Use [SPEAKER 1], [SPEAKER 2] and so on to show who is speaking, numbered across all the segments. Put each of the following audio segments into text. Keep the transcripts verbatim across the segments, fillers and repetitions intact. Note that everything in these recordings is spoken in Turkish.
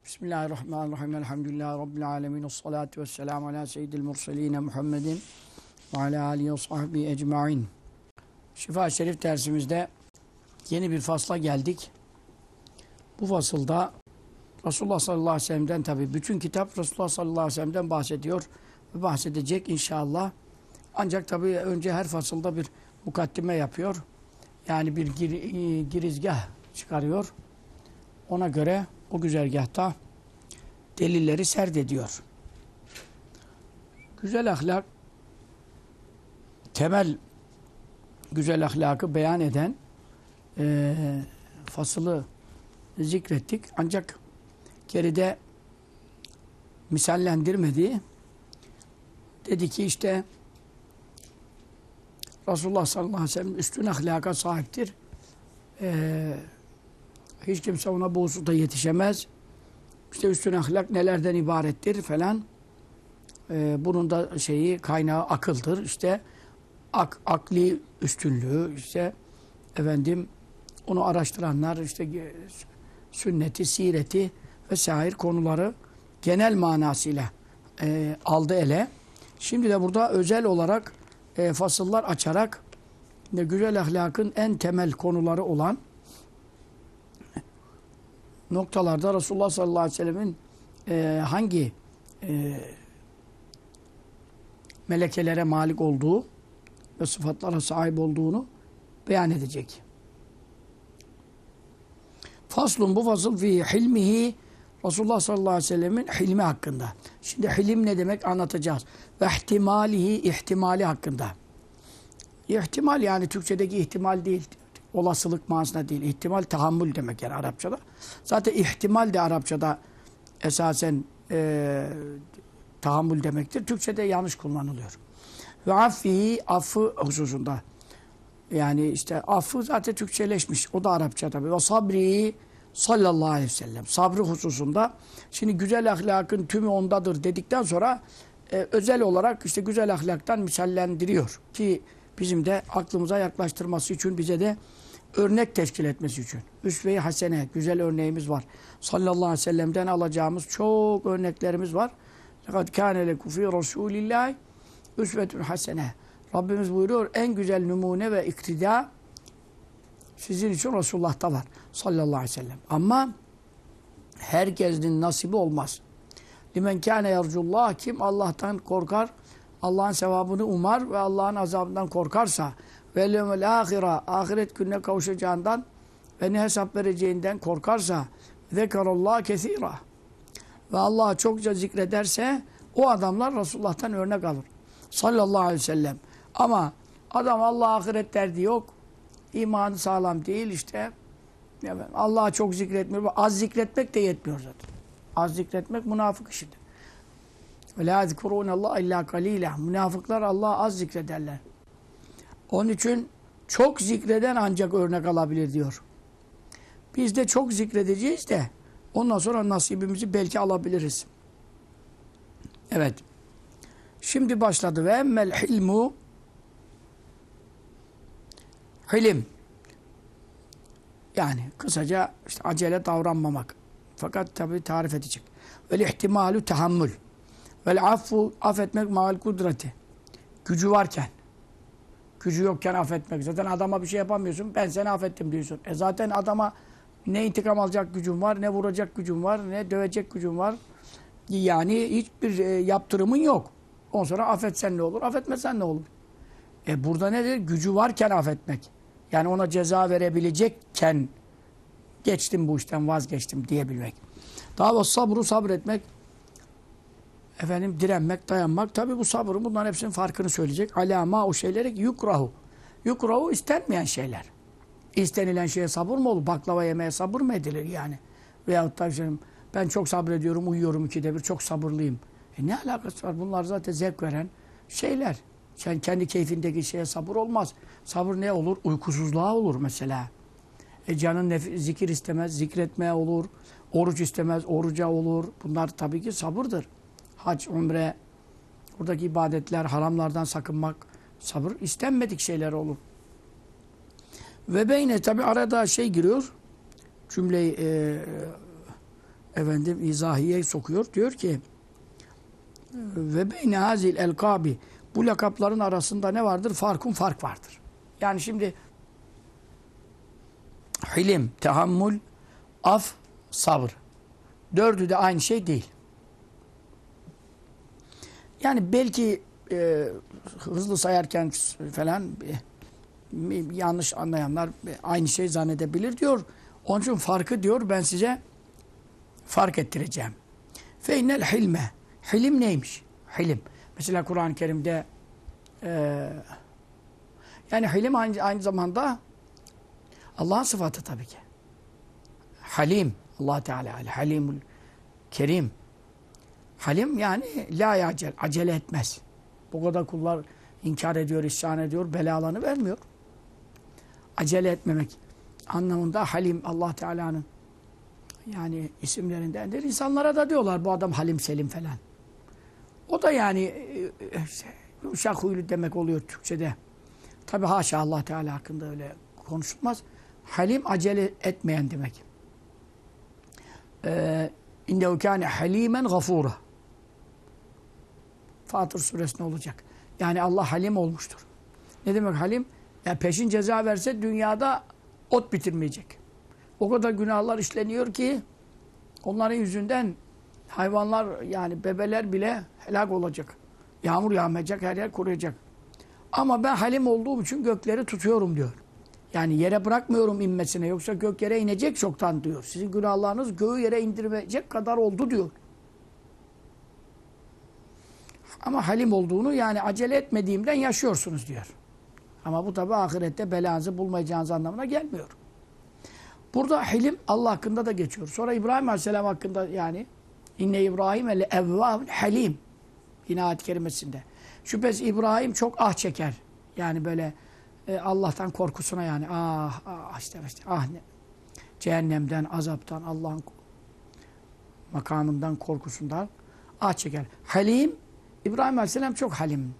[SPEAKER 1] Bismillahirrahmanirrahim. Elhamdülillahi Rabbil alemin. Esselatu vesselamu ala seyyidil murseline Muhammedin ve ala alihi ve sahbihi ecma'in. Şifa-i Şerif dersimizde yeni bir fasla geldik. Bu fasılda Resulullah sallallahu aleyhi ve sellem'den, tabi bütün kitap Resulullah sallallahu aleyhi ve sellem'den bahsediyor ve bahsedecek inşallah. Ancak tabi önce her fasılda bir mukaddime yapıyor. Yani bir gir, girizgah çıkarıyor. Ona göre o güzergahta delilleri serdediyor. Güzel ahlak, temel güzel ahlakı beyan eden e, fasılı zikrettik. Ancak geride misallendirmediği, dedi ki işte Resulullah sallallahu aleyhi ve sellem üstün ahlaka sahiptir. Eee Hiç kimse ona bu hususta yetişemez. İşte üstün ahlak nelerden ibarettir falan. Ee, bunun da şeyi, kaynağı akıldır. İşte ak, akli üstünlüğü, işte efendim onu araştıranlar, işte sünneti, sireti vesaire konuları genel manasıyla e, aldı ele. Şimdi de burada özel olarak e, fasıllar açarak e, güzel ahlakın en temel konuları olan noktalarda Resulullah sallallahu aleyhi ve sellemin e, hangi e, melekelere malik olduğu ve sıfatlara sahip olduğunu beyan edecek. Faslun, bu fasıl fi hilmihi, Resulullah sallallahu aleyhi ve sellemin hilmi hakkında. Şimdi hilim ne demek anlatacağız. Ve ihtimalihi, ihtimali hakkında. İhtimal yani Türkçedeki ihtimal değil. Olasılık manasında değil. İhtimal tahammül demek yani Arapçada. Zaten ihtimal de Arapçada esasen e, tahammül demektir. Türkçede yanlış kullanılıyor. Ve affihi, affı hususunda. Yani işte affı zaten Türkçeleşmiş. O da Arapça tabi. Ve sabri sallallahu aleyhi ve sellem. Sabrı hususunda. Şimdi güzel ahlakın tümü ondadır dedikten sonra e, özel olarak işte güzel ahlaktan misallendiriyor. Ki bizim de aklımıza yaklaştırması için, bize de örnek teşkil etmesi için. Üsve-i hasene, güzel örneğimiz var. Sallallahu aleyhi ve sellem'den alacağımız çok örneklerimiz var. لَقَدْ كَانَ لَكُمْ فِي رَسُولِ اللّٰهِ üsvetun hasene. Rabbimiz buyuruyor, en güzel numune ve iktida sizin için Resulullah'ta var. Sallallahu aleyhi ve sellem. Ama herkesin nasibi olmaz. لِمَنْ كَانَ يَرْجُ, kim Allah'tan korkar, Allah'ın sevabını umar ve Allah'ın azabından korkarsa ve levmel ahira, ahiret gününe kavuşacağından ve ne hesap vereceğinden korkarsa zekarallah kesira ve Allah'ı çokça zikrederse o adamlar Resulullah'tan örnek alır. Sallallahu aleyhi ve sellem. Ama adam Allah ahiret derdi yok. İmanı sağlam değil işte. Allah'ı çok zikretmiyor. Az zikretmek de yetmiyor zaten. Az zikretmek münafık işidir. Ve la zikrunallaha illa kalila. Münafıklar Allah'ı az zikrederler. Onun için çok zikreden ancak örnek alabilir diyor. Biz de çok zikredeceğiz de ondan sonra nasibimizi belki alabiliriz. Evet. Şimdi başladı. Ve emmel hilmu, hilim. Yani kısaca işte acele davranmamak. Fakat tabi tarif edecek. Vel ihtimalu tahammül. Vel affu, affetmek ma'al kudreti. Gücü varken. Gücü yokken affetmek. Zaten adama bir şey yapamıyorsun. Ben seni affettim diyorsun. E zaten adama ne intikam alacak gücün var, ne vuracak gücün var, ne dövecek gücün var. Yani hiçbir e, yaptırımın yok. Ondan sonra affetsen ne olur, affetmesen ne olur? E burada nedir? Gücü varken affetmek. Yani ona ceza verebilecekken geçtim bu işten, vazgeçtim diyebilmek. Daha sabru, sabretmek. Efendim direnmek, dayanmak. Tabi bu sabırın bunların hepsinin farkını söyleyecek. Alâmâ, o şeyleri yukrahu. Yukrahu istenmeyen şeyler. İstenilen şeye sabır mı olur? Baklava yemeye sabır mı edilir yani? Veyahut da işte, ben çok sabrediyorum, uyuyorum ikide bir, çok sabırlıyım. E ne alakası var? Bunlar zaten zevk veren şeyler. Sen kendi keyfindeki şeye sabır olmaz. Sabır ne olur? Uykusuzluğa olur mesela. E canın nef- zikir istemez, zikretmeye olur. Oruç istemez, oruca olur. Bunlar tabii ki sabırdır. Hac, umre, buradaki ibadetler, haramlardan sakınmak, sabır istenmedik şeyler olur. Ve beyne tabi arada şey giriyor, cümleyi e, efendim izahiye sokuyor. Diyor ki ve beyne hazil elkabi, bu lakapların arasında ne vardır? Farkun fark vardır. Yani şimdi hilim, tehammül, af, sabır. Dördü de aynı şey değil. Yani belki e, hızlı sayarken falan e, yanlış anlayanlar aynı şey zannedebilir diyor. Onun için farkı diyor ben size fark ettireceğim. Fe innel hilme. Hilim neymiş? Hilim. Mesela Kur'an-ı Kerim'de e, yani hilim aynı, aynı zamanda Allah'ın sıfatı tabii ki. Halim. Allah Teala halimul kerim. Halim yani la yacel, acele etmez. Bu kadar kullar inkar ediyor, isyan ediyor, belalarını vermiyor. Acele etmemek anlamında halim Allah Teala'nın yani isimlerindendir. İnsanlara da diyorlar bu adam halim selim falan. O da yani yumuşak huylu demek oluyor Türkçe'de. Tabi haşa Allah Teala hakkında öyle konuşulmaz. Halim acele etmeyen demek. İnnehu kâne halimen gafûra. Fatır suresinde olacak. Yani Allah halim olmuştur. Ne demek halim? Yani peşin ceza verse dünyada ot bitirmeyecek. O kadar günahlar işleniyor ki onların yüzünden hayvanlar yani bebeler bile helak olacak. Yağmur yağmayacak, her yer kuruyacak. Ama ben halim olduğum için gökleri tutuyorum diyor. Yani yere bırakmıyorum inmesine. Yoksa gök yere inecek çoktan diyor. Sizin günahlarınız göğü yere indirmeyecek kadar oldu diyor. Ama halim olduğunu yani acele etmediğimden yaşıyorsunuz diyor. Ama bu tabi ahirette belanızı bulmayacağınız anlamına gelmiyor. Burada hilim Allah hakkında da geçiyor. Sonra İbrahim Aleyhisselam hakkında yani inne İbrahim ele evvâhun halim. Yine ayet-i kerimesinde. Şüphesiz İbrahim çok ah çeker. Yani böyle e, Allah'tan korkusuna yani ah ah işte işte ah ne. Cehennemden, azaptan, Allah'ın makamından, korkusundan ah çeker. Halim, İbrahim Aleyhisselam çok halim.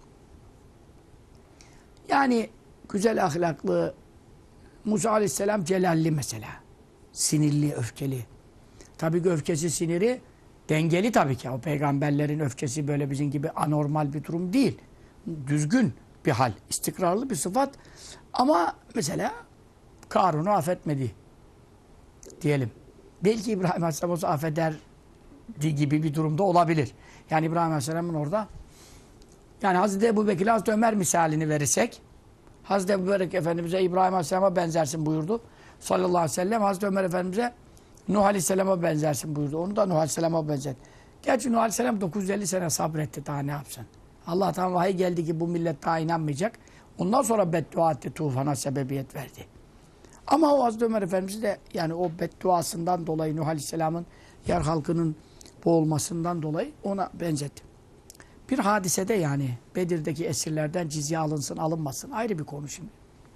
[SPEAKER 1] Yani güzel ahlaklı, Musa Aleyhisselam celalli mesela. Sinirli, öfkeli. Tabii ki öfkesi, siniri dengeli tabii ki. O peygamberlerin öfkesi böyle bizim gibi anormal bir durum değil. Düzgün bir hal, istikrarlı bir sıfat. Ama mesela Karun'u affetmedi diyelim. Belki İbrahim Aleyhisselam olsa affeder gibi bir durumda olabilir. Yani İbrahim Aleyhisselam'ın orada yani Hazreti Ebubekir, Hazreti Ömer misalini verirsek Hazreti Ebubekir Efendimiz'e İbrahim Aleyhisselam'a benzersin buyurdu. Sallallahu aleyhi ve sellem Hazreti Ömer Efendimiz'e Nuh Aleyhisselam'a benzersin buyurdu. Onu da Nuh Aleyhisselam'a benzetti. Gerçi Nuh Aleyhisselam dokuz yüz elli sene sabretti daha ne yapsın. Allah'tan vahiy geldi ki bu millet daha inanmayacak. Ondan sonra beddua etti, tufana sebebiyet verdi. Ama o Hazreti Ömer Efendimiz de yani o bedduasından dolayı Nuh Aleyhisselam'ın yer halkının boğulmasından dolayı ona benzetti. Bir hadisede yani Bedir'deki esirlerden cizye alınsın alınmasın ayrı bir konu şimdi.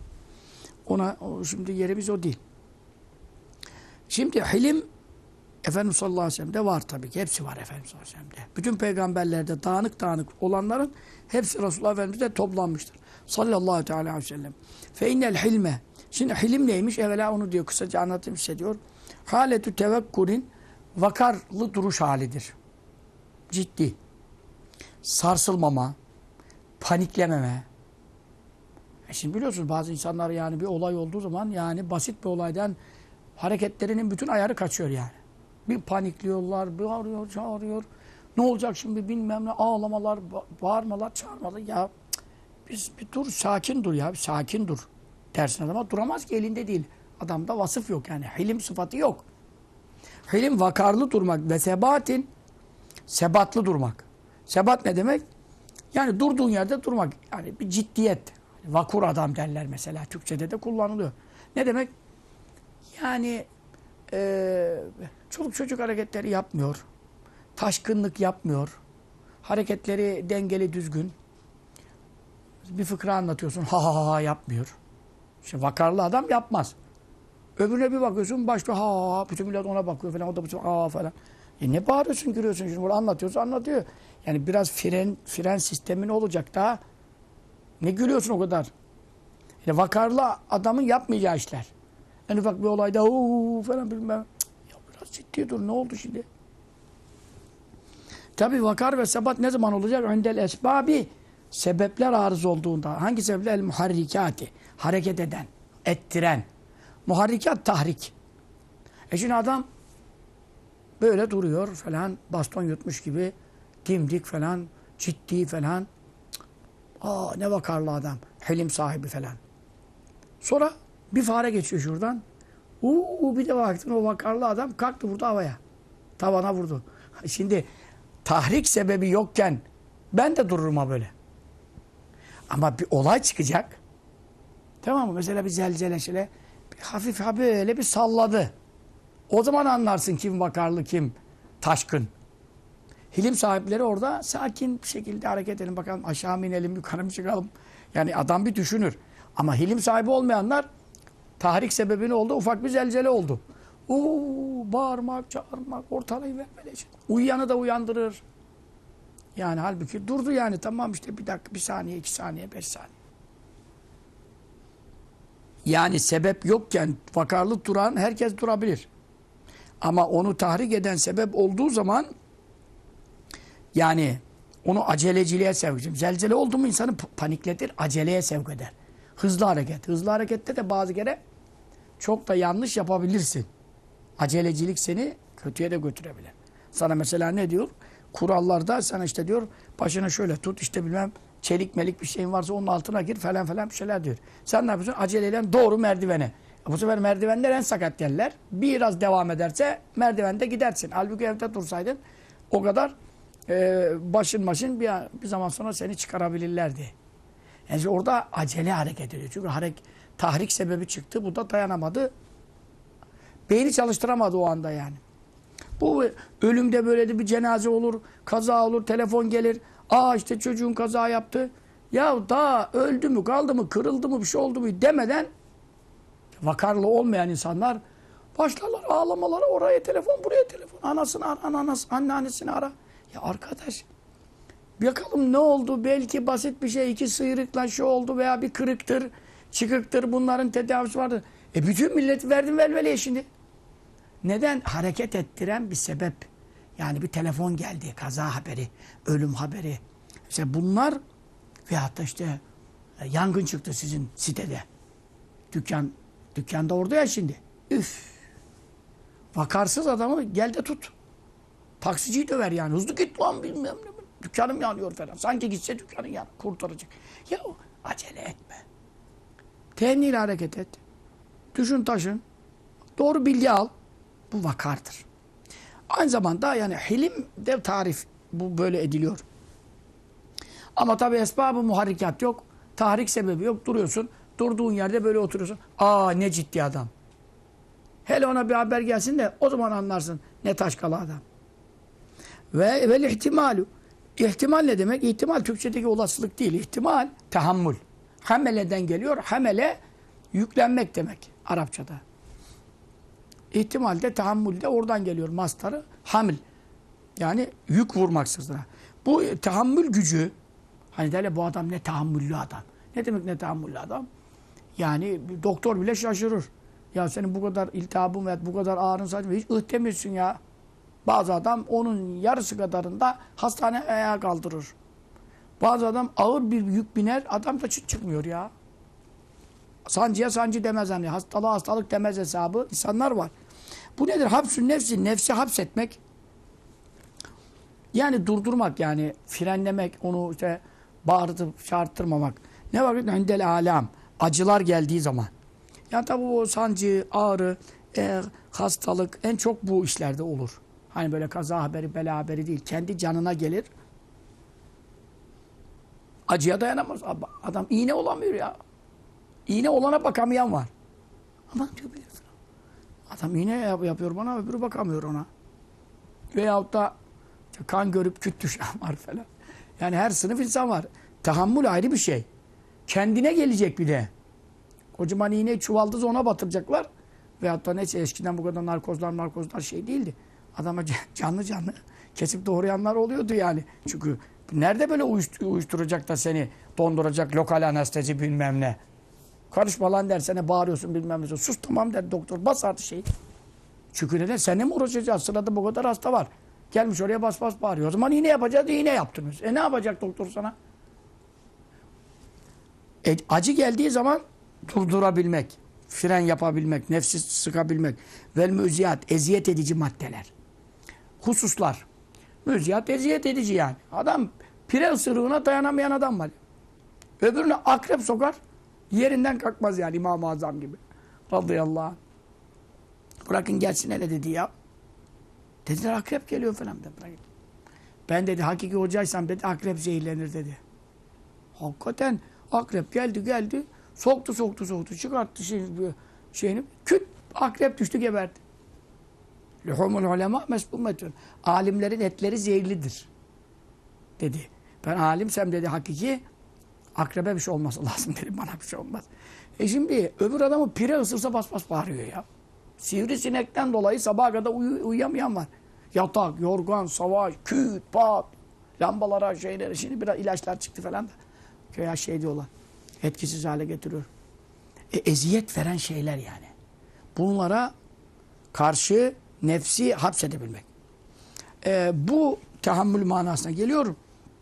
[SPEAKER 1] Ona o, şimdi yerimiz o değil. Şimdi hilim Efendimiz sallallahu aleyhi ve sellem'de var tabii ki. Hepsi var Efendimiz sallallahu aleyhi ve sellem'de. Bütün peygamberlerde dağınık dağınık olanların hepsi Resulullah Efendimiz'de toplanmıştır. Sallallahu aleyhi ve sellem. Fe innel hilme. Şimdi hilim neymiş? Evvela onu diyor. Kısaca anlatayım size diyor. Haletü tevekkurin vakarlı duruş halidir. Ciddi. Sarsılmama, paniklememe. E şimdi biliyorsunuz bazı insanlar yani bir olay olduğu zaman yani basit bir olaydan hareketlerinin bütün ayarı kaçıyor yani. Bir panikliyorlar, bir arıyor, çağırıyor. Ne olacak şimdi bilmem ne ağlamalar, bağırmalar, çağırmalar. Ya biz bir dur, sakin dur ya, bir sakin dur dersin adama. Duramaz ki elinde değil. Adamda vasıf yok yani. Hilim sıfatı yok. Hilim vakarlı durmak ve sebatin sebatlı durmak. Sebat ne demek? Yani durduğun yerde durmak. Yani bir ciddiyet. Vakur adam derler mesela. Türkçe'de de kullanılıyor. Ne demek? Yani e, çoluk çocuk hareketleri yapmıyor. Taşkınlık yapmıyor. Hareketleri dengeli, düzgün. Bir fıkra anlatıyorsun. Ha ha ha yapmıyor. İşte vakarlı adam yapmaz. Öbürüne bir bakıyorsun başlıyor ha ha. Bütün millet ona bakıyor falan. O da bütün ha falan. E ne bağırıyorsun, gülüyorsun? Şimdi bunu anlatıyorsun, anlatıyor. Yani biraz fren fren sistemin olacak daha. Ne gülüyorsun o kadar? Yani vakarlı adamın yapmayacağı işler. En ufak bir olayda ooo falan bilmem. Cık, biraz ciddi dur. Ne oldu şimdi? Tabi vakar ve sebat ne zaman olacak? Öndel esbabi, sebepler arız olduğunda. Hangi sebepler? El muharrikati. Hareket eden, ettiren. Muharrikat tahrik. E şimdi adam böyle duruyor falan, baston yutmuş gibi, dimdik falan, ciddi falan. Aa ne vakarlı adam, hilim sahibi falan. Sonra bir fare geçiyor şuradan. Uuu bir de baktın o vakarlı adam kalktı vurdu havaya. Tavana vurdu. Şimdi tahrik sebebi yokken ben de dururum ha böyle. Ama bir olay çıkacak. Tamam mı? Mesela bir zelzele şöyle bir hafif ha böyle bir salladı. O zaman anlarsın kim vakarlı kim taşkın. Hilim sahipleri orada sakin bir şekilde hareket edelim bakalım aşağı mı inelim yukarı mı çıkalım. Yani adam bir düşünür. Ama hilim sahibi olmayanlar tahrik sebebi ne oldu? Ufak bir zelzele oldu. Uuu bağırmak, çağırmak, ortalığı vermeleşir. Uyuyanı da uyandırır. Yani halbuki durdu yani tamam işte bir dakika, bir saniye, iki saniye, beş saniye. Yani sebep yokken vakarlı duran herkes durabilir. Ama onu tahrik eden sebep olduğu zaman yani onu aceleciliğe sevk eder. Zelzele oldu mu insanı panikletir, aceleye sevk eder. Hızlı hareket. Hızlı harekette de bazı kere çok da yanlış yapabilirsin. Acelecilik seni kötüye de götürebilir. Sana mesela ne diyor? Kurallarda sana işte diyor başına şöyle tut işte bilmem çelik melik bir şeyin varsa onun altına gir falan falan bir şeyler diyor. Sen ne yapıyorsun? Aceleyle doğru merdivene. E bu sefer merdivenler en sakat yerler. Biraz devam ederse merdivende gidersin. Halbuki evde dursaydın o kadar e, başın başın bir, bir zaman sonra seni çıkarabilirlerdi. Yani orada acele hareket ediyor. Çünkü hareket, tahrik sebebi çıktı. Bu da dayanamadı. Beyni çalıştıramadı o anda yani. Bu ölümde böyle de bir cenaze olur, kaza olur, telefon gelir. Aa işte çocuğun kaza yaptı. Ya daha öldü mü, kaldı mı, kırıldı mı, bir şey oldu mu demeden vakarlı olmayan insanlar başlarlar ağlamalara, oraya telefon, buraya telefon. Anasını ara, ananası, anneannesini ara. Ya arkadaş, bakalım ne oldu? Belki basit bir şey, iki sıyrıkla şu oldu veya bir kırıktır, çıkıktır, bunların tedavisi vardır. E bütün milleti verdin velveleye şimdi. Neden? Hareket ettiren bir sebep. Yani bir telefon geldi, kaza haberi, ölüm haberi. İşte bunlar veyahut da işte e, yangın çıktı sizin sitede. Dükkan, dükkanda orada ya şimdi. Üf. Vakarsız adamı gel de tut. Taksiciyi döver yani. Hızlı git lan bilmem ne. Dükkanım yanıyor falan. Sanki gitse dükkanın yanı kurtaracak. Ya acele etme. Temnil hareket et. Düşün taşın. Doğru bilgi al. Bu vakardır. Aynı zamanda yani hilim de tarif bu böyle ediliyor. Ama tabi esbab-ı muharrikat yok. Tahrik sebebi yok. Duruyorsun. Durduğun yerde böyle oturuyorsun. Aa ne ciddi adam. Hele ona bir haber gelsin de o zaman anlarsın ne taşkalı adam. Ve vel ihtimalu. İhtimal ne demek? İhtimal Türkçedeki olasılık değil. İhtimal tahammül. Hameleden geliyor. Hamele yüklenmek demek Arapçada. İhtimal de tahammül de oradan geliyor. Mastarı hamil. Yani yük vurmak sırtına. Bu tahammül gücü hani derler bu adam ne tahammüllü adam. Ne demek ne tahammüllü adam? Yani doktor bile şaşırır. Ya senin bu kadar iltihabın ve bu kadar ağrın saçma hiç ıh demiyorsun ya. Bazı adam onun yarısı kadarında hastaneye kaldırır. Bazı adam ağır bir yük biner, adam da çıt çıkmıyor ya. Sancıya sancı demez hani, hastalığa hastalık demez hesabı insanlar var. Bu nedir? Hapsün nefsi, nefsi hapsetmek. Yani durdurmak yani, frenlemek, onu işte bağırtıp çağırtırmamak. Ne var? Endel alam. Acılar geldiği zaman. Yani tabi o sancı, ağrı, e, hastalık en çok bu işlerde olur. Hani böyle kaza haberi, bela haberi değil. Kendi canına gelir. Acıya dayanamaz. Adam iğne olamıyor ya. İğne olana bakamayan var. Aman diyor bir adam iğne yapıyor bana, öbürü bakamıyor ona. Veyahut da kan görüp küt düşen var falan. Yani her sınıf insan var. Tahammül ayrı bir şey. Kendine gelecek bir de. Kocaman iğneyi çuvaldız ona batıracaklar. Veyahut da neyse eskiden bu kadar narkozlar narkozlar şey değildi. Adama canlı canlı kesip doğrayanlar oluyordu yani. Çünkü nerede böyle uyuşturacak da seni donduracak lokal anestezi bilmem ne. Karışma lan dersene bağırıyorsun bilmem ne. Sus tamam der doktor bas artık şeyi. Çünkü neden? Seninle mi uğraşacağız? Sırada bu kadar hasta var. Gelmiş oraya bas bas bağırıyor. O zaman iğne yapacağız, iğne yaptınız. E ne yapacak doktor sana? E, acı geldiği zaman durdurabilmek, fren yapabilmek, nefsi sıkabilmek. Vel müziyat, eziyet edici maddeler. Hususlar. Müziyat eziyet edici yani. Adam pire ısırığına dayanamayan adam var. Öbürüne akrep sokar, yerinden kalkmaz yani İmam-ı Azam gibi. Radıyallahu anh. Bırakın gelsin hele dedi ya. Dediler akrep geliyor falan. Ben dedi hakiki hocaysam dedi akrep zehirlenir dedi. Hakikaten akrep geldi geldi. Soktu soktu soktu. Çıkarttı şeyini. şeyini küt akrep düştü geberdi. Luhumul ulema mesbumetun. Alimlerin etleri zehirlidir. Dedi. Ben alimsem dedi hakiki akrebe bir şey olması lazım dedi. Bana bir şey olmaz. E şimdi öbür adamı pire ısırsa bas bas bağırıyor ya. Sivrisinekten dolayı sabaha kadar uy uyuyamayan var. Yatak, yorgan, savaş, küt, pat, lambalara, şeylere. Şimdi biraz ilaçlar çıktı falan da. Köye şey diyorlar. Etkisiz hale getiriyor. E, eziyet veren şeyler yani. Bunlara karşı nefsi hapsedebilmek. E, bu tahammül manasına geliyorum.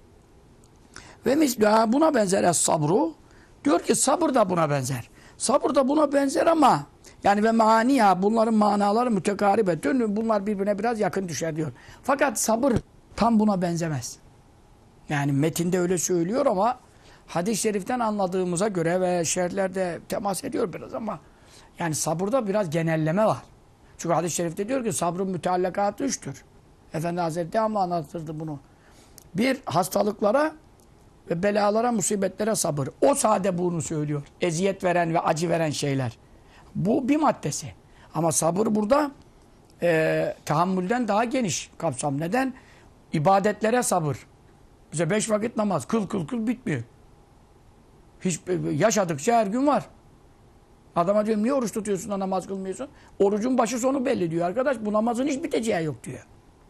[SPEAKER 1] Ve misluha buna benzer es-sabru. Diyor ki sabır da buna benzer. Sabır da buna benzer ama yani ve maniya bunların manaları mütekaribetün. Bunlar birbirine biraz yakın düşer diyor. Fakat sabır tam buna benzemez. Yani metinde öyle söylüyor ama hadis-i şeriften anladığımıza göre ve şerhlerde temas ediyor biraz ama yani sabırda biraz genelleme var. Çünkü hadis-i şerifte diyor ki sabrın müteallakatı üçtür. Efendi Hazretleri ama anlatırdı bunu. Bir, hastalıklara ve belalara, musibetlere sabır. O sade bunu söylüyor. Eziyet veren ve acı veren şeyler. Bu bir maddesi. Ama sabır burada e, tahammülden daha geniş kapsam. Neden? İbadetlere sabır. Bize beş vakit namaz. Kıl kıl kıl bitmiyor. Hiç, yaşadıkça her gün var. Adama diyorum niye oruç tutuyorsun da namaz kılmıyorsun? Orucun başı sonu belli diyor arkadaş. Bu namazın hiç biteceği yok diyor.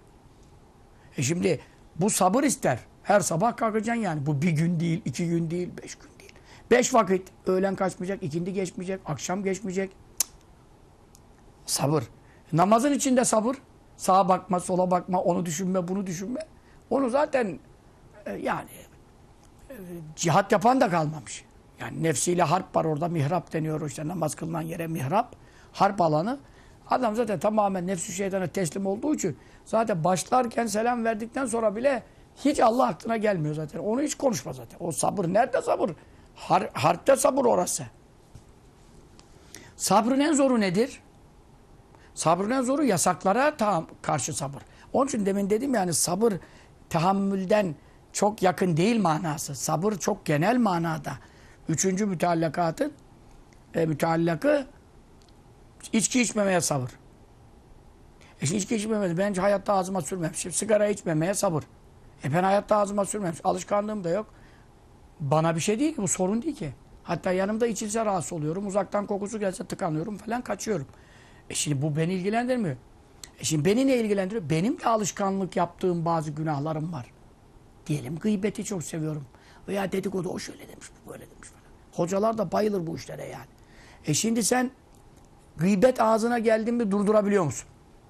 [SPEAKER 1] E şimdi bu sabır ister. Her sabah kalkacaksın yani. Bu bir gün değil, iki gün değil, beş gün değil. Beş vakit. Öğlen kaçmayacak, ikindi geçmeyecek, akşam geçmeyecek. Cık. Sabır. Namazın içinde sabır. Sağa bakma, sola bakma, onu düşünme, bunu düşünme. Onu zaten e, yani e, cihat yapan da kalmamış. Yani nefsiyle harp var orada. Mihrap deniyor işte namaz kılınan yere mihrap. Harp alanı. Adam zaten tamamen nefsü şeytana teslim olduğu için zaten başlarken selam verdikten sonra bile hiç Allah aklına gelmiyor zaten. Onu hiç konuşma zaten. O sabır. Nerede sabır? Har harpte sabır orası. Sabrın en zoru nedir? Sabrın en zoru yasaklara tam karşı sabır. Onun için demin dedim yani sabır tahammülden çok yakın değil manası. Sabır çok genel manada. Üçüncü müteallakatın e, müteallakı içki içmemeye sabır. E şimdi içki içmemeye, ben hayatta ağzıma sürmemişim. Sigara içmemeye sabır. E ben hayatta ağzıma sürmemişim. Alışkanlığım da yok. Bana bir şey değil ki, bu sorun değil ki. Hatta yanımda içilse rahatsız oluyorum. Uzaktan kokusu gelse tıkanıyorum falan, kaçıyorum. E şimdi bu beni ilgilendirmiyor. E şimdi beni ne ilgilendiriyor? Benim de alışkanlık yaptığım bazı günahlarım var. Diyelim gıybeti çok seviyorum. Veya dedikodu o şöyle demiş, bu böyle demiş falan. Hocalar da bayılır bu işlere yani. E şimdi sen gıybet ağzına geldin mi durdurabiliyor musun?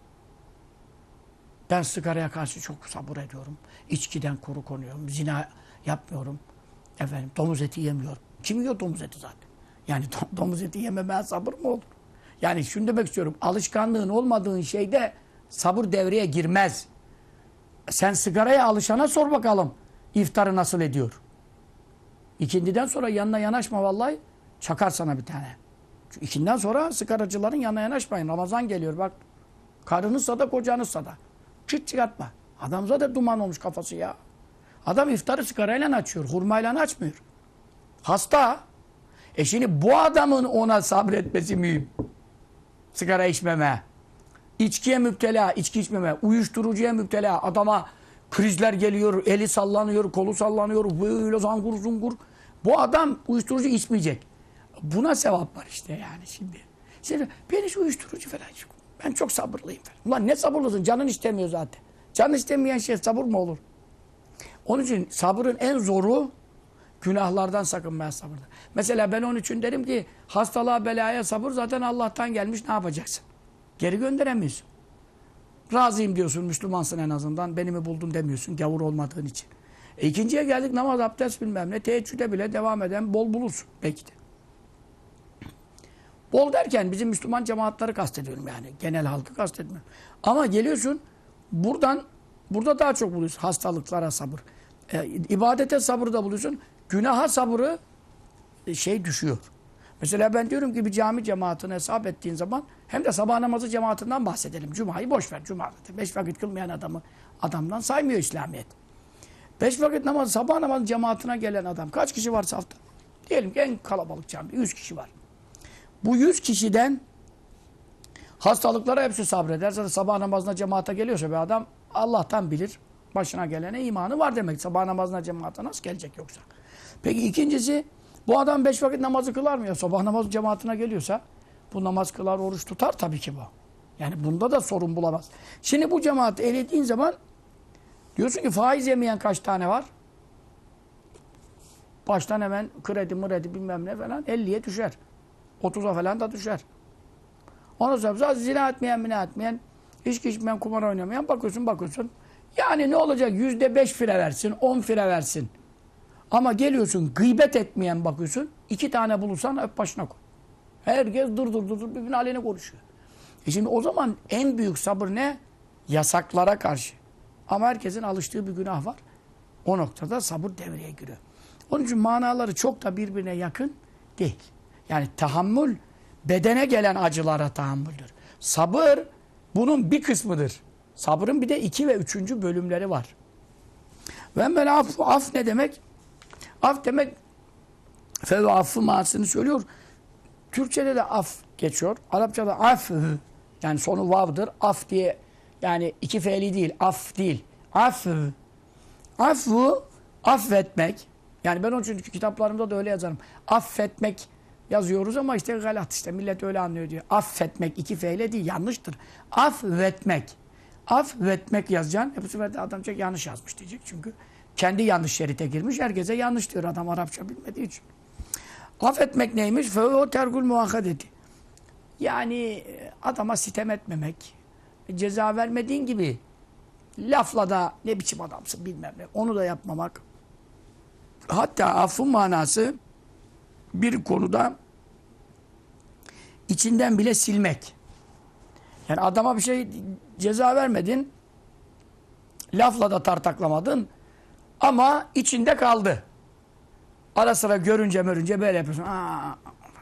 [SPEAKER 1] Ben sigaraya karşı çok sabır ediyorum. İçkiden kuru konuyorum. Zina yapmıyorum. Efendim domuz eti yemiyorum. Kim yiyor domuz eti zaten? Yani domuz eti yememeye sabır mı olur? Yani şunu demek istiyorum. Alışkanlığın olmadığın şeyde sabır devreye girmez. Sen sigaraya alışana sor bakalım. İftarı nasıl ediyor? İkindiden sonra yanına yanaşma vallahi. Çakar sana bir tane. Çünkü ikinden sonra sigaracıların yanına yanaşmayın. Ramazan geliyor bak. Karınızsa da kocanızsa da. Çıt çıkartma. Adam zaten duman olmuş kafası ya. Adam iftarı sigarayla açıyor. Hurmayla açmıyor. Hasta. E şimdi bu adamın ona sabretmesi mühim. Sigara içmeme. İçkiye müptela. İçki içmeme. Uyuşturucuya müptela. Adama krizler geliyor. Eli sallanıyor. Kolu sallanıyor. Böyle zangur zungur. Bu adam uyuşturucu içmeyecek. Buna sevap var işte yani şimdi. Şimdi ben hiç uyuşturucu falan yok. Ben çok sabırlıyım falan. Ulan ne sabırlısın? Canın istemiyor zaten. Canın istemeyen şey sabır mı olur? Onun için sabrın en zoru günahlardan sakınmaya sabırdır. Mesela ben onun için derim ki hastalığa belaya sabır zaten Allah'tan gelmiş, ne yapacaksın? Geri gönderemiyorsun. Razıyım diyorsun, Müslümansın en azından. Beni mi buldun demiyorsun gavur olmadığın için. E ikinciye geldik, namaz, abdest bilmem ne. Teheccüde bile devam eden bol bulursun belki de. Bol derken bizim Müslüman cemaatleri kastediyorum yani. Genel halkı kastetmiyorum. Ama geliyorsun buradan, burada daha çok buluyorsun. Hastalıklara sabır. E, ibadete sabır da buluyorsun. Günaha sabrı e, şey düşüyor. Mesela ben diyorum ki bir cami cemaatini hesap ettiğin zaman hem de sabah namazı cemaatinden bahsedelim. Cuma'yı boş ver. Cuma beş vakit kılmayan adamı adamdan saymıyor İslamiyet. Beş vakit namazı, sabah namazı cemaatine gelen adam kaç kişi var safta? Diyelim ki en kalabalık cami yüz kişi var. Bu yüz kişiden hastalıklara hepsi sabreder. Zaten sabah namazına cemaate geliyorsa bir adam Allah'tan bilir. Başına gelene imanı var demek. Sabah namazına cemaate nasıl gelecek yoksa? Peki ikincisi, bu adam beş vakit namazı kılar mı ya? Sabah namazı cemaatine geliyorsa bu namaz kılar, oruç tutar tabii ki bu. Yani bunda da sorun bulamaz. Şimdi bu cemaati elediğin zaman diyorsun ki faiz yemeyen kaç tane var? Baştan hemen kredi mredi bilmem ne falan elliye düşer. otuza falan da düşer. Ondan sonra zaten zina etmeyen, mina etmeyen, içki içmeyen, kumar oynamayan bakıyorsun bakıyorsun. Yani ne olacak? Yüzde beş fire versin, on fire versin. Ama geliyorsun gıybet etmeyen bakıyorsun. iki tane bulursan öp başına koy. Herkes dur dur dur dur birbirinin aleyhine konuşuyor. E şimdi o zaman en büyük sabır ne? Yasaklara karşı. Ama herkesin alıştığı bir günah var. O noktada sabır devreye giriyor. Onun için manaları çok da birbirine yakın değil. Yani tahammül bedene gelen acılara tahammüldür. Sabır bunun bir kısmıdır. Sabrın bir de iki ve üçüncü bölümleri var. Ve ben af, af ne demek? Af demek fe ve affı manasını söylüyor. Türkçede de af geçiyor. Arapçada af yani sonu vav'dır. Af diye yani iki feili değil, af değil. Af. Affu affetmek. Yani ben onun için kitaplarımda da öyle yazarım. Affetmek yazıyoruz ama işte galat işte millet öyle anlıyor diyor. Affetmek iki feyle değil, yanlıştır. Affetmek. Affetmek yazacaksın. E bu sefer de adam çok yanlış yazmış diyecek. Çünkü kendi yanlış şerite girmiş. Herkese yanlış diyor adam Arapça bilmediği için. Affetmek neymiş? Fe terkul muakkadeti. Yani adama sitem etmemek. Ceza vermediğin gibi lafla da ne biçim adamsın bilmem ne. Onu da yapmamak. Hatta affın manası bir konuda içinden bile silmek. Yani adama bir şey ceza vermedin. Lafla da tartaklamadın. Ama içinde kaldı. Ara sıra görünce mörünce böyle yapıyorsun. Aa,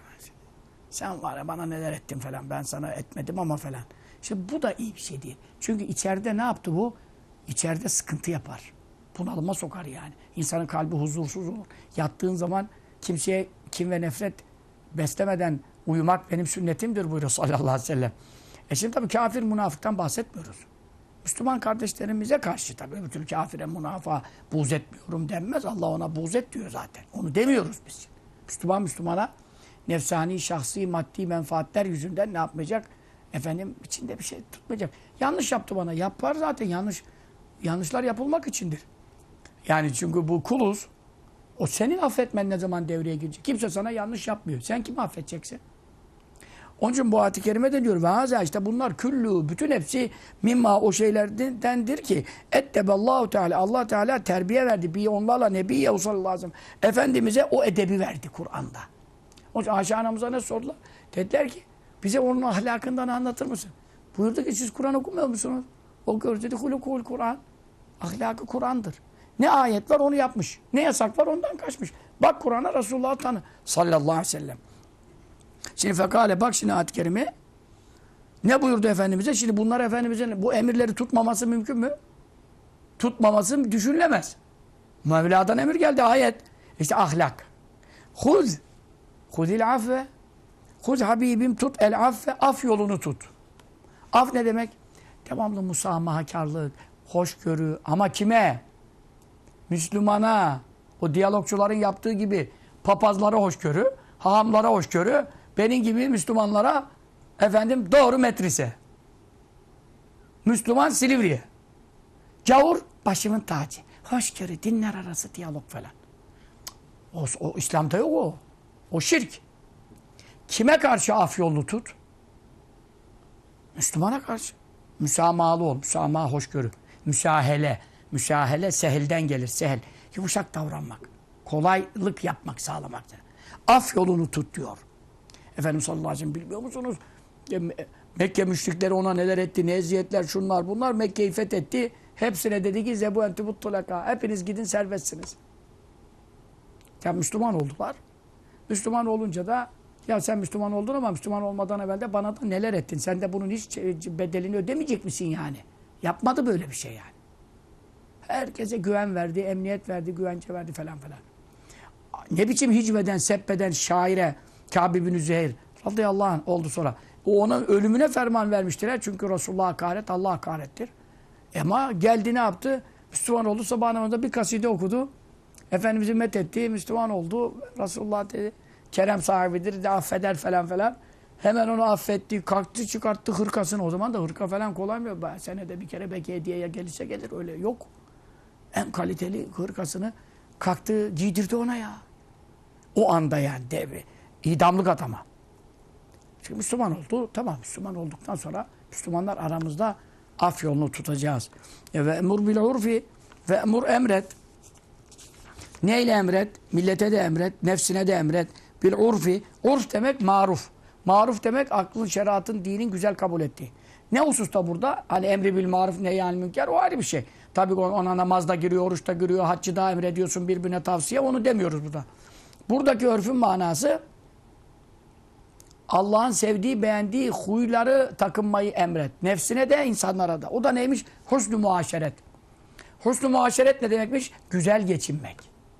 [SPEAKER 1] sen var ya bana neler ettin falan. Ben sana etmedim ama falan. İşte bu da iyi bir şey değil. Çünkü içeride ne yaptı bu? İçeride sıkıntı yapar. Bunalıma sokar yani. İnsanın kalbi huzursuz olur. Yattığın zaman kimseye kin ve nefret beslemeden uyumak benim sünnetimdir buyuruyor sallallahu aleyhi ve sellem. E şimdi tabii kafir münafıktan bahsetmiyoruz. Müslüman kardeşlerimize karşı tabii öbür türlü kafire münafığa buğz etmiyorum denmez. Allah ona buğz et diyor zaten. Onu demiyoruz biz. Müslüman Müslümana nefsani, şahsi, maddi menfaatler yüzünden ne yapmayacak? Efendim içinde bir şey tutmayacak. Yanlış yaptı bana. Yapar zaten yanlış. Yanlışlar yapılmak içindir. Yani çünkü bu kuluz. O senin affetmen ne zaman devreye girecek? Kimse sana yanlış yapmıyor. Sen kimi affedeceksin? Onun için bu ayet-i kerimede diyor ve haza işte bunlar küllü bütün hepsi mimma o şeylerdendir ki etteballahu teala Allah Teala terbiye verdi. Bir onlarla Nebiye sallallahu aleyhi ve sellem Efendimiz'e o edebi verdi Kur'an'da. Onun için Ayşe anamıza ne sordular? Dediler ki bize onun ahlakından anlatır mısın? Buyurdu ki siz Kur'an okumuyor musunuz? O gör dedi hulukul Kur'an. Ahlakı Kur'an'dır. Ne ayet var onu yapmış. Ne yasak var ondan kaçmış. Bak Kur'an'a Resulullah'ı tanı. Sallallahu aleyhi ve sellem. Şimdi fekale bak şimdi ayet-i kerime. Ne buyurdu Efendimiz'e? Şimdi bunlar Efendimiz'in bu emirleri tutmaması mümkün mü? Tutmaması düşünülemez. Mevla'dan emir geldi ayet. İşte ahlak. Huz. Huzil affe. Huz Habibim tut el affe. Af yolunu tut. Af ne demek? Devamlı musamahakarlık, hoşgörü. Ama kime? Müslümana. O diyalogçuların yaptığı gibi papazlara hoşgörü, hahamlara hoşgörü, benim gibi Müslümanlara efendim doğru metrise. Müslüman Silivri'ye. Gavur başımın tacı. Hoşgörü, dinler arası diyalog falan. O, o İslam'da yok o. O şirk. Kime karşı af yolunu tut? Müslümana karşı. Müsamahalı ol. Müsamaha hoşgörü. Müsahele. Müsahele sehilden gelir. Sehel. Yumuşak davranmak. Kolaylık yapmak, sağlamaktır. Af yolunu tut diyor. Efendimiz sallallahu aleyhi ve sellem bilmiyor musunuz? Mekke müşrikleri ona neler etti, ne eziyetler, şunlar bunlar. Mekke'yi fethetti. Hepsine dedi ki zebu entubut tulaka. Hepiniz gidin serbestsiniz. Ya Müslüman oldular. Müslüman olunca da ya sen Müslüman oldun ama Müslüman olmadan evvel de bana da neler ettin? Sen de bunun hiç bedelini ödemeyecek misin yani? Yapmadı böyle bir şey yani. Herkese güven verdi, emniyet verdi, güvence verdi falan falan. Ne biçim hicveden, sebbeden şaire Kâb bin Züheyr radıyallahu anh oldu sonra. O ona ölümüne ferman vermiştiler. Çünkü Resulullah'a hakaret, Allah'a hakarettir. Ama geldi ne yaptı? Müslüman oldu. Sabah namazında bir kaside okudu. Efendimiz'i methetti. Müslüman oldu. Resulullah dedi. Kerem sahibidir. De affeder falan falan. Hemen onu affetti. Kalktı çıkarttı hırkasını. O zaman da hırka falan kolay mı? Senede bir kere belki hediyeye gelirse gelir. Öyle yok. En kaliteli hırkasını kalktı giydirdi ona ya. O anda yani devri. İdamlık adama. Çünkü Müslüman oldu. Tamam Müslüman olduktan sonra Müslümanlar aramızda af yolunu tutacağız. E ve emur bil urfi ve emur emret. Neyle emret? Millete de emret, nefsine de emret. Bil urfi. Urf demek maruf. Maruf demek aklın, şeriatın, dinin güzel kabul ettiği. Ne hususta burada? Hani emri bil maruf nehyanil münker o ayrı bir şey. Tabii ona namazda giriyor, oruçta giriyor, haccı da emrediyorsun, birbirine tavsiye. Onu demiyoruz burada. Buradaki örfün manası Allah'ın sevdiği, beğendiği huyları takınmayı emret. Nefsine de, insanlara da. O da neymiş? Husn-u muaşeret. Husn-u muaşeret ne demekmiş? Güzel geçinmek.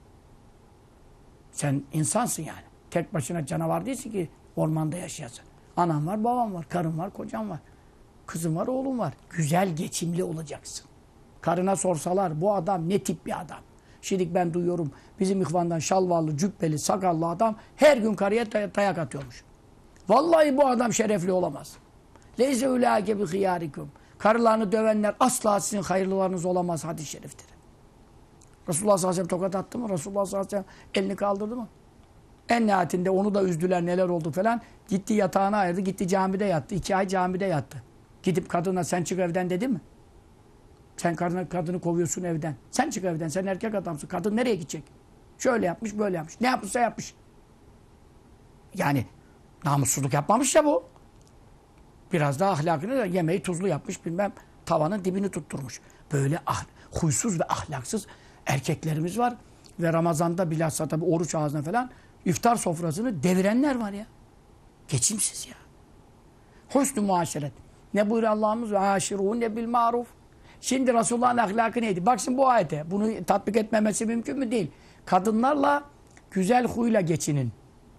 [SPEAKER 1] Sen insansın yani. Tek başına canavar değilsin ki ormanda yaşayasın. Anan var, baban var, karın var, kocan var. Kızın var, oğlun var. Güzel geçimli olacaksın. Karına sorsalar bu adam ne tip bir adam? Şimdi ben duyuyorum bizim ihvandan şalvarlı, cübbeli, sakallı adam her gün karıya dayak atıyormuş. Vallahi bu adam şerefli olamaz. Leyse ulaike bi hıyarikum. Karılarını dövenler asla sizin hayırlılarınız olamaz hadis-i şeriftir. Resulullah sallallahu aleyhi ve sellem tokat attı mı? Resulullah sallallahu aleyhi ve sellem elini kaldırdı mı? En nihayetinde onu da üzdüler neler oldu falan. Gitti yatağına ayırdı. Gitti camide yattı. İki ay camide yattı. Gidip kadına sen çık evden dedi mi? Sen kadını, kadını kovuyorsun evden. Sen çık evden. Sen erkek adamsın. Kadın nereye gidecek? Şöyle yapmış böyle yapmış. Ne yapmışsa yapmış. Yani namussuzluk yapmamış ya bu. Biraz daha ahlakını da yemeği tuzlu yapmış bilmem. Tavanın dibini tutturmuş. Böyle ah, huysuz ve ahlaksız erkeklerimiz var. Ve Ramazan'da bilhassa tabi oruç ağzına falan iftar sofrasını devirenler var ya. Geçimsiz ya. Husn-u muaşeret. Ne buyuruyor Allah'ımız? Ve aşirûne bil maruf. Şimdi Resulullah'ın ahlakı neydi? Bak şimdi bu ayete. Bunu tatbik etmemesi mümkün mü? Değil. Kadınlarla güzel huyla geçinin.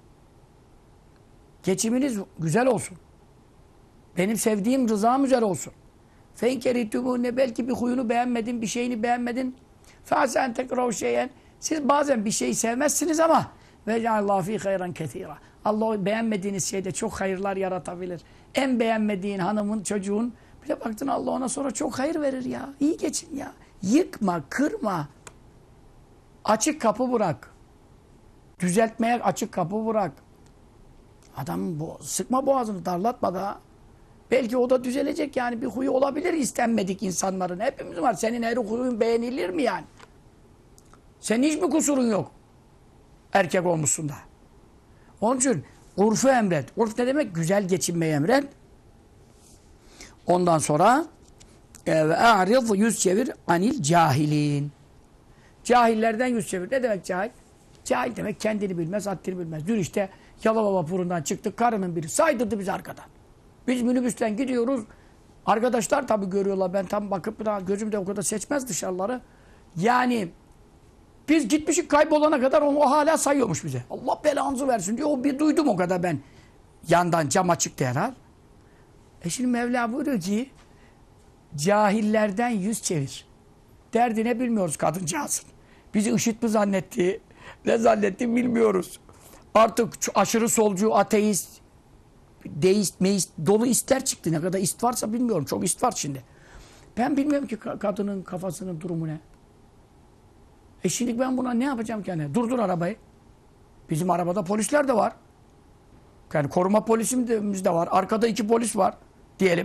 [SPEAKER 1] Geçiminiz güzel olsun. Benim sevdiğim rızam üzere olsun. Fenkeritümûne belki bir huyunu beğenmedin, bir şeyini beğenmedin. Fâsen tekrav şeyen. Siz bazen bir şeyi sevmezsiniz ama ve ceallâhu fî hayran ketîrâ. Allah o beğenmediğiniz şeyde çok hayırlar yaratabilir. En beğenmediğin hanımın, çocuğun bir de baktın Allah ona sonra çok hayır verir ya. İyi geçin ya. Yıkma, kırma. Açık kapı bırak. Düzeltmeye açık kapı bırak. Adam bu, sıkma boğazını, darlatma da. Belki o da düzelecek yani. Bir huyu olabilir istenmedik insanların. Hepimiz var. Senin her huyun beğenilir mi yani? Senin hiç mi kusurun yok? Erkek olmuşsun da. Onun için urfu emret. Urf ne demek? Güzel geçinmeyi emret. Ondan sonra ve a'rid yüz çevir anil cahilin. Cahillerden yüz çevir. Ne demek cahil? Cahil demek kendini bilmez, haddini bilmez. Dün işte Yalova vapurundan çıktık. Karının biri saydırdı bizi arkadan. Biz minibüsten gidiyoruz. Arkadaşlar tabii görüyorlar. Ben tam bakıp da gözüm de o kadar seçmez dışarıları. Yani biz gitmişik kaybolana kadar onu o hala sayıyormuş bize. Allah belanızı versin diyor. O bir duydum o kadar ben. Yandan cam açıktı herhal. E şimdi Mevla buyuruyor ki cahillerden yüz çevir. Derdine bilmiyoruz kadıncağızın. Bizi IŞİD mi zannetti? Ne zannetti bilmiyoruz. Artık aşırı solcu, ateist, deist, meist, dolu istler çıktı. Ne kadar ist varsa bilmiyorum. Çok ist var şimdi. Ben bilmiyorum ki kadının kafasının durumu ne. E şimdi ben buna ne yapacağım ki? Yani? Durdur arabayı. Bizim arabada polisler de var. Yani koruma polisimiz de var. Arkada iki polis var diyelim.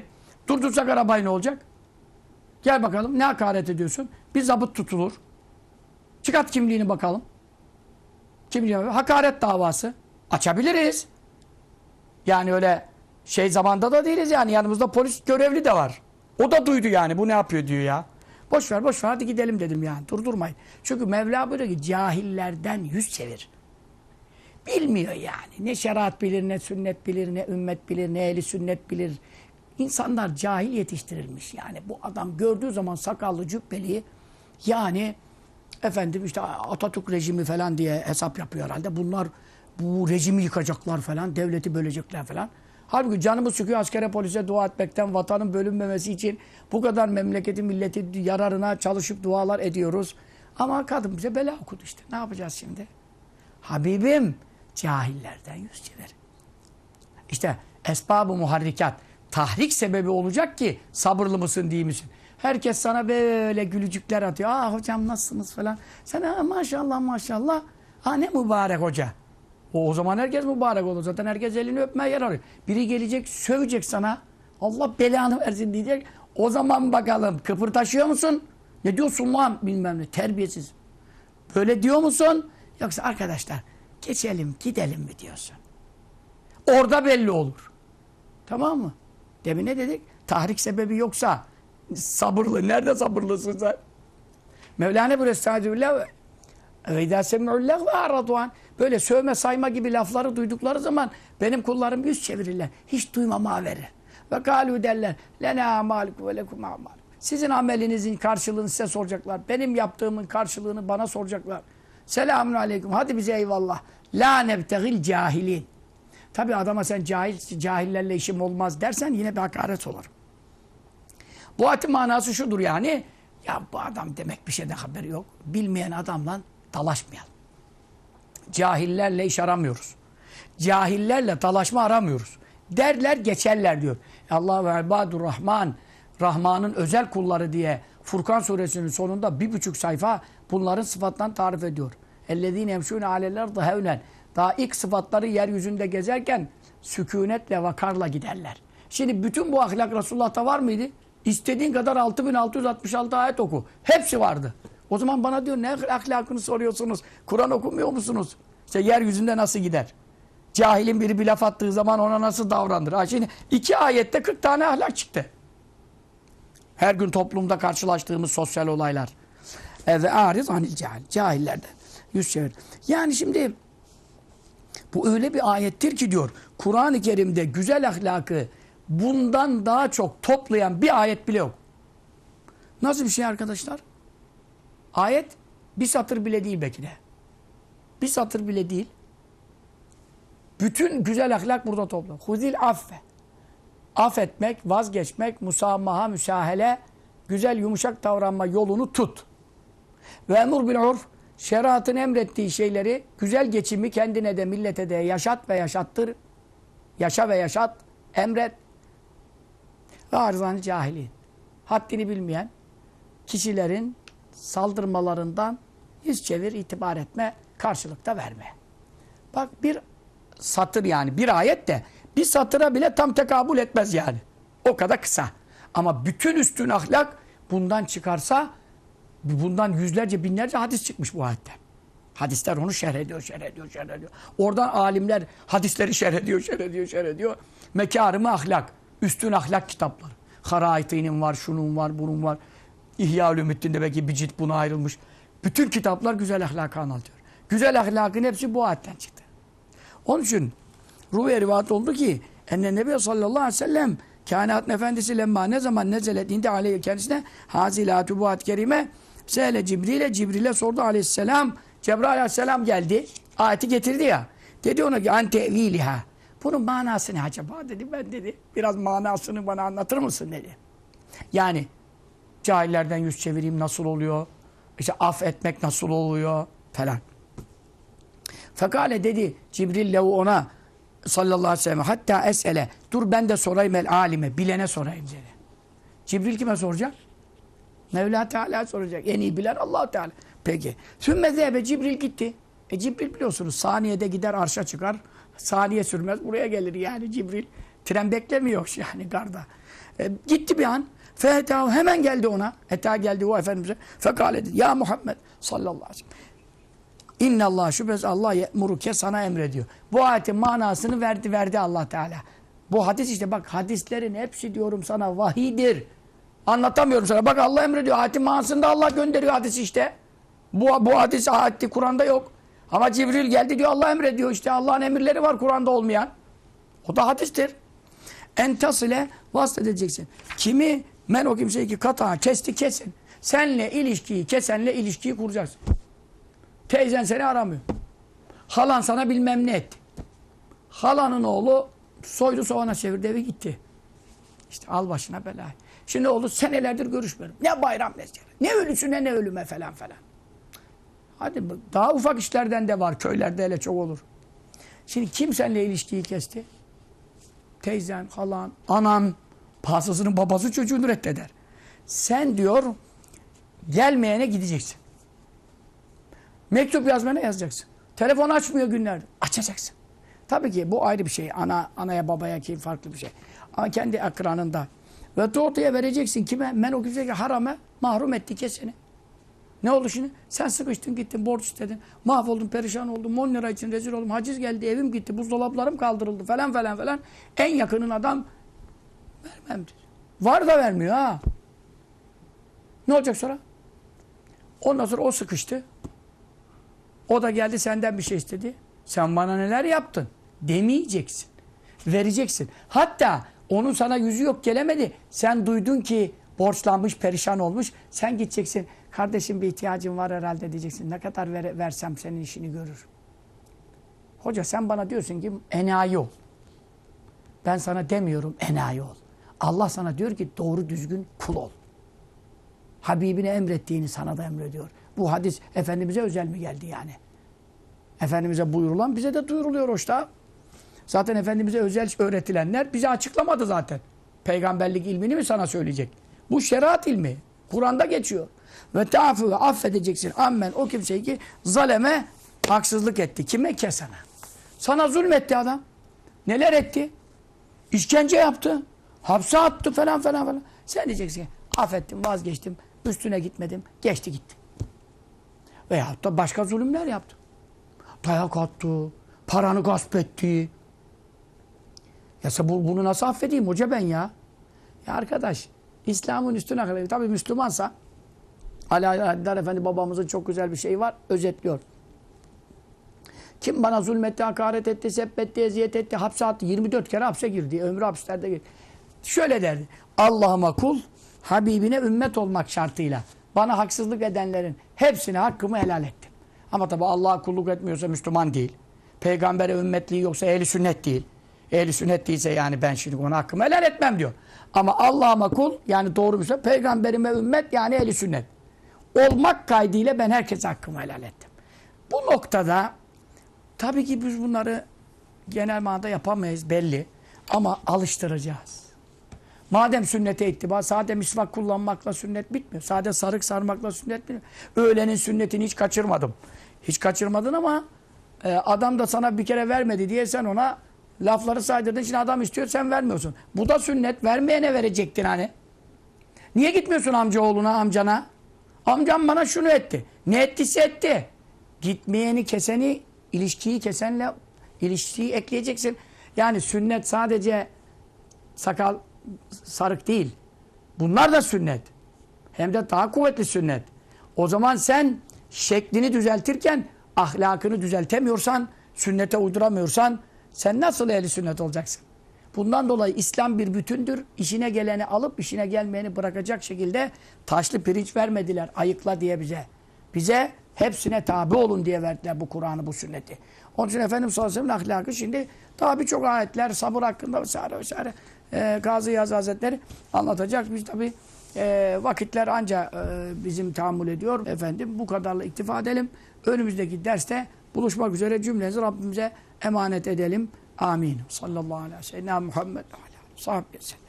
[SPEAKER 1] Durdursak arabayı ne olacak? Gel bakalım ne hakaret ediyorsun? Bir zabıt tutulur. Çıkart kimliğini bakalım. Kimliğini, hakaret davası. Açabiliriz. Yani öyle şey zamanda da değiliz yani. Yanımızda polis görevli de var. O da duydu yani. Bu ne yapıyor diyor ya. Boş ver boş ver hadi gidelim dedim yani. Durdurmayın. Çünkü Mevla buyuruyor ki cahillerden yüz çevir. Bilmiyor yani. Ne şeriat bilir, ne sünnet bilir, ne ümmet bilir, ne ehli sünnet bilir. İnsanlar cahil yetiştirilmiş yani. Bu adam gördüğü zaman sakallı cübbeliyi yani efendim işte Atatürk rejimi falan diye hesap yapıyor herhalde. Bunlar bu rejimi yıkacaklar falan, devleti bölecekler falan. Halbuki canımız çıkıyor askere polise dua etmekten, vatanın bölünmemesi için bu kadar memleketi, milleti yararına çalışıp dualar ediyoruz. Ama kadın bize bela okudu işte. Ne yapacağız şimdi? Habibim, cahillerden yüz çevir. İşte esbab-ı muharrikat, tahrik sebebi olacak ki sabırlı mısın değil misin? Herkes sana böyle gülücükler atıyor. Aa hocam nasılsınız falan. Sen ha, maşallah maşallah. Ha ne mübarek hoca. O, o zaman herkes mübarek olur. Zaten herkes elini öpmeye yer arıyor. Biri gelecek sövecek sana. Allah belanı versin diyecek. O zaman bakalım kıpırtaşıyor musun? Ne diyorsun lan bilmem ne. Terbiyesiz. Böyle diyor musun? Yoksa arkadaşlar geçelim gidelim mi diyorsun? Orada belli olur. Tamam mı? Demin ne dedik? Tahrik sebebi yoksa sabırlı. Nerede sabırlısın sen? Mevlana burası estağfirullah ve idâ sem'ullâh ve a'raduan. Böyle sövme sayma gibi lafları duydukları zaman benim kullarım yüz çevirirler. Hiç duymama verir. Ve kâlû derler. Lenâ amâlikum ve lekum amâlikum. Sizin amelinizin karşılığını size soracaklar. Benim yaptığımın karşılığını bana soracaklar. Selamun aleyküm. Hadi bize eyvallah. La nebtegil cahilin. Tabi adama sen cahil, cahillerle işim olmaz dersen yine bir hakaret olur. Bu ayetin manası şudur yani. Ya bu adam demek bir şeyden haberi yok. Bilmeyen adamla dalaşmayalım. Cahillerle iş aramıyoruz. Cahillerle dalaşma aramıyoruz. Derler geçerler diyor. Allah ve ibadur Rahman. Rahman'ın özel kulları diye Furkan suresinin sonunda bir buçuk sayfa bunların sıfatlarını tarif ediyor. اَلَّذ۪ينَ يَمْشُونَ عَلَى الْاَرْضِ هَوْنًا. Daha ilk sıfatları yeryüzünde gezerken sükunetle, vakarla giderler. Şimdi bütün bu ahlak Resulullah'ta var mıydı? İstediğin kadar altı bin altı yüz altmış altı ayet oku. Hepsi vardı. O zaman bana diyor ne ahlakını soruyorsunuz? Kur'an okumuyor musunuz? İşte yeryüzünde nasıl gider? Cahilin biri bir laf attığı zaman ona nasıl davranır? Ha şimdi iki ayette kırk tane ahlak çıktı. Her gün toplumda karşılaştığımız sosyal olaylar. Ve ariz anil cahil. Cahillerden yüz çevir. Yani şimdi bu öyle bir ayettir ki diyor Kur'an-ı Kerim'de güzel ahlakı bundan daha çok toplayan bir ayet bile yok. Nasıl bir şey arkadaşlar? Ayet bir satır bile değil belki de. Bir satır bile değil. Bütün güzel ahlak burada toplu. Huzil affe. Affetmek, vazgeçmek, musamaha, müsahele, güzel yumuşak davranma yolunu tut. Ve emur bil urf. Şeriatın emrettiği şeyleri, güzel geçimi kendine de millete de yaşat ve yaşattır. Yaşa ve yaşat, emret. Ve arzan cahilin. Haddini bilmeyen kişilerin saldırmalarından yüz çevir, itibar etme, karşılıkta verme. Bak bir satır yani bir ayet de bir satıra bile tam tekabül etmez yani. O kadar kısa. Ama bütün üstün ahlak bundan çıkarsa bundan yüzlerce binlerce hadis çıkmış bu ayetten. Hadisler onu şerh ediyor, şerh ediyor, şerh ediyor. Oradan alimler hadisleri şerh ediyor, şerh ediyor, şerh ediyor. Mekarım-ı ahlak, üstün ahlak kitapları. Haraiti'nin var, şunun var, bunun var. İhya-ül-Ümmettin'de belki bir cilt buna ayrılmış. Bütün kitaplar güzel ahlakı anlatıyor. Güzel ahlakın hepsi bu ayetten çıktı. Onun için Ruve rivayet oldu ki enne Nebi sallallahu aleyhi ve sellem kainatın efendisi lemma ne zaman nezelet indi aleyhi kendisine hazilatü bu ayet-i kerime seyle Cibril'e Cibril'e sordu aleyhisselam. Cebrail aleyhisselam geldi. Ayeti getirdi ya. Dedi ona ki an teviliha. Bunun manası ne acaba dedi. Ben dedi biraz manasını bana anlatır mısın dedi. Yani cahillerden yüz çevireyim nasıl oluyor? İşte af etmek nasıl oluyor falan. Fekale dedi Cibril lehu ona sallallahu aleyhi ve sellem hatta esele dur ben de sorayım el alime bilene sorayım dedi. Cibril kime soracak? Mevla Teala soracak. En iyi bilen Allah Teala. Peki. Sümme zehebe Cibril gitti. E Cibril biliyorsunuz saniyede gider arşa çıkar. Saniye sürmez buraya gelir yani Cibril. Tren beklemiyor yani garda. E, gitti bir an. Fehetahu hemen geldi ona. Hatta geldi o Efendimiz'e. Fekale dedi. Ya Muhammed sallallahu aleyhi ve sellem. İnnallah şüphesiz Allah ye'muruke sana emrediyor. Bu ayetin manasını verdi verdi Allah Teala. Bu hadis işte bak hadislerin hepsi diyorum sana vahidir. Anlatamıyorum sana. Bak Allah emrediyor. Ayetin manasında Allah gönderiyor hadisi işte. Bu, bu hadis ayeti Kur'an'da yok. Ama Cibril geldi diyor Allah emrediyor. İşte Allah'ın emirleri var Kur'an'da olmayan. O da hadistir. Entas ile vasfedeceksin. Kimi? Men o kimseyi ki kata kesti kesin. Senle ilişkiyi, kesenle ilişkiyi kuracaksın. Teyzen seni aramıyor. Halan sana bilmem ne etti. Halanın oğlu soydu soğana çevirdi evi gitti. İşte al başına belayı. Şimdi oğlu senelerdir görüşmüyorum. Ne bayram ne ne ölüsüne ne ölüme falan falan. Hadi daha ufak işlerden de var. Köylerde hele çok olur. Şimdi kim seninle ilişkiyi kesti? Teyzen, halan, anan, pasasının babası çocuğunu reddeder. Sen diyor gelmeyene gideceksin. Mektup yazmana yazacaksın. Telefon açmıyor günlerdir. Açacaksın. Tabii ki bu ayrı bir şey. Ana, anaya babaya ki farklı bir şey. Ama kendi akranında. Ve ortaya vereceksin kime? Men o kimse ki harame mahrum etti keseni. Ne oldu şimdi? Sen sıkıştın gittin borç istedin. Mahvoldun perişan oldun. on lira için rezil oldum. Haciz geldi evim gitti. Buzdolaplarım kaldırıldı falan falan falan. En yakının adam vermem diyor. Var da vermiyor ha. Ne olacak sonra? Ondan sonra o sıkıştı. O da geldi senden bir şey istedi. Sen bana neler yaptın? Demeyeceksin. Vereceksin. Hatta onun sana yüzü yok gelemedi. Sen duydun ki borçlanmış, perişan olmuş. Sen gideceksin. Kardeşim bir ihtiyacın var herhalde diyeceksin. Ne kadar ver, versem senin işini görür. Hoca sen bana diyorsun ki enayi ol. Ben sana demiyorum enayi ol. Allah sana diyor ki doğru düzgün kul ol. Habibine emrettiğini sana da emrediyor. Bu hadis Efendimiz'e özel mi geldi yani? Efendimiz'e buyurulan bize de duyuruluyor hoşta. Zaten Efendimiz'e özel öğretilenler bize açıklamadı zaten. Peygamberlik ilmini mi sana söyleyecek? Bu şeriat ilmi. Kur'an'da geçiyor. Ve teafu affedeceksin. Ammen o kimseyi ki zaleme haksızlık etti. Kime? Kesene. Sana zulmetti adam. Neler etti? İşkence yaptı. Hapse attı falan falan falan. Sen diyeceksin ki affettim, vazgeçtim, üstüne gitmedim, geçti gitti. Veyahut da başka zulümler yaptı. Dayak attı, paranı gasp etti. Ya bu, bunu nasıl affedeyim hoca ben ya? Ya arkadaş, İslam'ın üstüne kadar, tabii Müslümansa, Ali Haydar Efendi babamızın çok güzel bir şeyi var, özetliyor. Kim bana zulmetti, hakaret etti, seppetti, eziyet etti, hapse attı, yirmi dört kere hapse girdi, ömrü hapislerde girdi. Şöyle derdi, Allah'ıma kul, Habibine ümmet olmak şartıyla bana haksızlık edenlerin hepsine hakkımı helal ettim. Ama tabi Allah'a kulluk etmiyorsa Müslüman değil. Peygambere ümmetliği yoksa ehli sünnet değil. Ehli sünnet değilse yani ben şimdi ona hakkımı helal etmem diyor. Ama Allah'ıma kul yani doğru Müslüman, peygamberime ümmet yani ehli sünnet. Olmak kaydıyla ben herkese hakkımı helal ettim. Bu noktada tabii ki biz bunları genel manada yapamayız belli. Ama alıştıracağız. Madem sünnete ittiba, sade misvak kullanmakla sünnet bitmiyor. Sade sarık sarmakla sünnet bitmiyor. Öğlenin sünnetini hiç kaçırmadım. Hiç kaçırmadın ama e, adam da sana bir kere vermedi diye sen ona lafları saydırdın. Şimdi adam istiyor sen vermiyorsun. Bu da sünnet. Vermeyene verecektin hani. Niye gitmiyorsun amcaoğluna, amcana? Amcam bana şunu etti. Ne ettiyse etti. Gitmeyeni keseni, ilişkiyi kesenle ilişkiyi ekleyeceksin. Yani sünnet sadece sakal, sarık değil. Bunlar da sünnet. Hem de daha kuvvetli sünnet. O zaman sen şeklini düzeltirken ahlakını düzeltemiyorsan, sünnete uyduramıyorsan sen nasıl ehli sünnet olacaksın? Bundan dolayı İslam bir bütündür. İşine geleni alıp işine gelmeyeni bırakacak şekilde taşlı pirinç vermediler. Ayıkla diye bize. Bize hepsine tabi olun diye verdiler bu Kur'an'ı, bu sünneti. Onun için Efendimiz sallallahu aleyhi ve sellem ahlakı şimdi daha birçok ayetler, sabır hakkında vesaire vesaire e, Gazi Yaz Hazretleri anlatacak. Biz tabi e, vakitler anca e, bizim tahammül ediyor. Efendim bu kadarla iktifa edelim. Önümüzdeki derste buluşmak üzere cümlenizi Rabbimize emanet edelim. Amin. Sallallahu aleyhi ve sellem Muhammed ve aleyhi ve sellem.